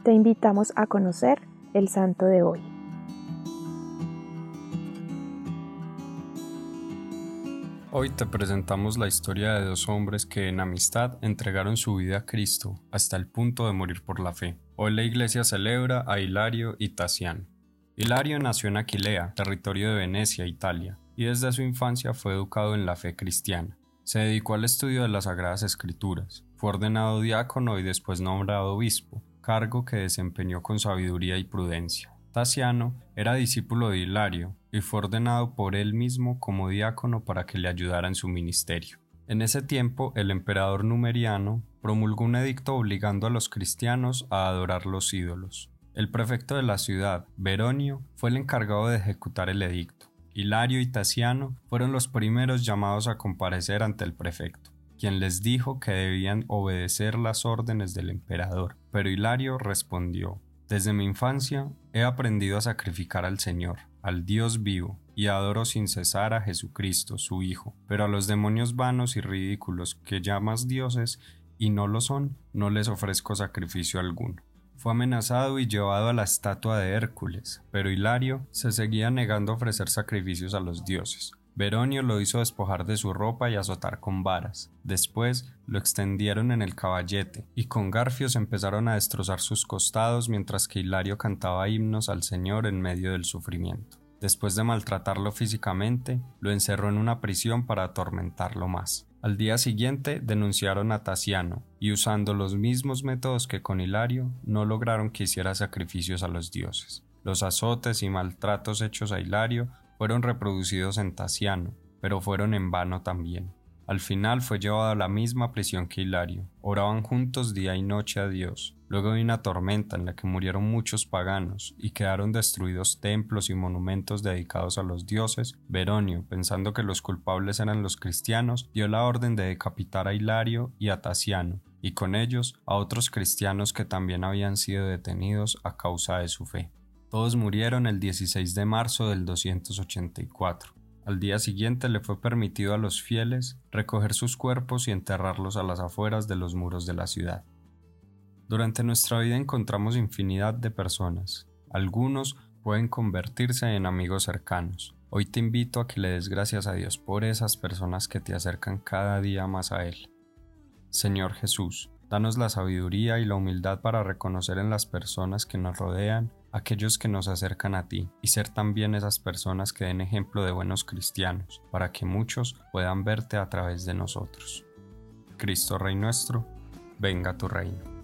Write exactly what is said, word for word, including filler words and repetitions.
Te invitamos a conocer el santo de hoy. Hoy te presentamos la historia de dos hombres que en amistad entregaron su vida a Cristo hasta el punto de morir por la fe. Hoy la iglesia celebra a Hilario y Tasiano. Hilario nació en Aquilea, territorio de Venecia, Italia, y desde su infancia fue educado en la fe cristiana. Se dedicó al estudio de las Sagradas Escrituras, fue ordenado diácono y después nombrado obispo, cargo que desempeñó con sabiduría y prudencia. Tasiano era discípulo de Hilario y fue ordenado por él mismo como diácono para que le ayudara en su ministerio. En ese tiempo, el emperador Numeriano promulgó un edicto obligando a los cristianos a adorar los ídolos. El prefecto de la ciudad, Veronio, fue el encargado de ejecutar el edicto. Hilario y Tasiano fueron los primeros llamados a comparecer ante el prefecto, quien les dijo que debían obedecer las órdenes del emperador. Pero Hilario respondió: «Desde mi infancia he aprendido a sacrificar al Señor, al Dios vivo, y adoro sin cesar a Jesucristo, su Hijo. Pero a los demonios vanos y ridículos que llamas dioses y no lo son, no les ofrezco sacrificio alguno». Fue amenazado y llevado a la estatua de Hércules, pero Hilario se seguía negando a ofrecer sacrificios a los dioses. Veronio lo hizo despojar de su ropa y azotar con varas. Después lo extendieron en el caballete y con garfios empezaron a destrozar sus costados mientras que Hilario cantaba himnos al Señor en medio del sufrimiento. Después de maltratarlo físicamente, lo encerró en una prisión para atormentarlo más. Al día siguiente denunciaron a Tasiano y, usando los mismos métodos que con Hilario, no lograron que hiciera sacrificios a los dioses. Los azotes y maltratos hechos a Hilario fueron reproducidos en Tasiano, pero fueron en vano también. Al final fue llevado a la misma prisión que Hilario. Oraban juntos día y noche a Dios. Luego vino una tormenta en la que murieron muchos paganos y quedaron destruidos templos y monumentos dedicados a los dioses. Veronio, pensando que los culpables eran los cristianos, dio la orden de decapitar a Hilario y a Tasiano, y con ellos a otros cristianos que también habían sido detenidos a causa de su fe. Todos murieron el dieciséis de marzo del doscientos ochenta y cuatro. Al día siguiente le fue permitido a los fieles recoger sus cuerpos y enterrarlos a las afueras de los muros de la ciudad. Durante nuestra vida encontramos infinidad de personas. Algunos pueden convertirse en amigos cercanos. Hoy te invito a que le des gracias a Dios por esas personas que te acercan cada día más a Él. Señor Jesús, danos la sabiduría y la humildad para reconocer en las personas que nos rodean aquellos que nos acercan a ti y ser también esas personas que den ejemplo de buenos cristianos, para que muchos puedan verte a través de nosotros. Cristo Rey nuestro, venga tu reino.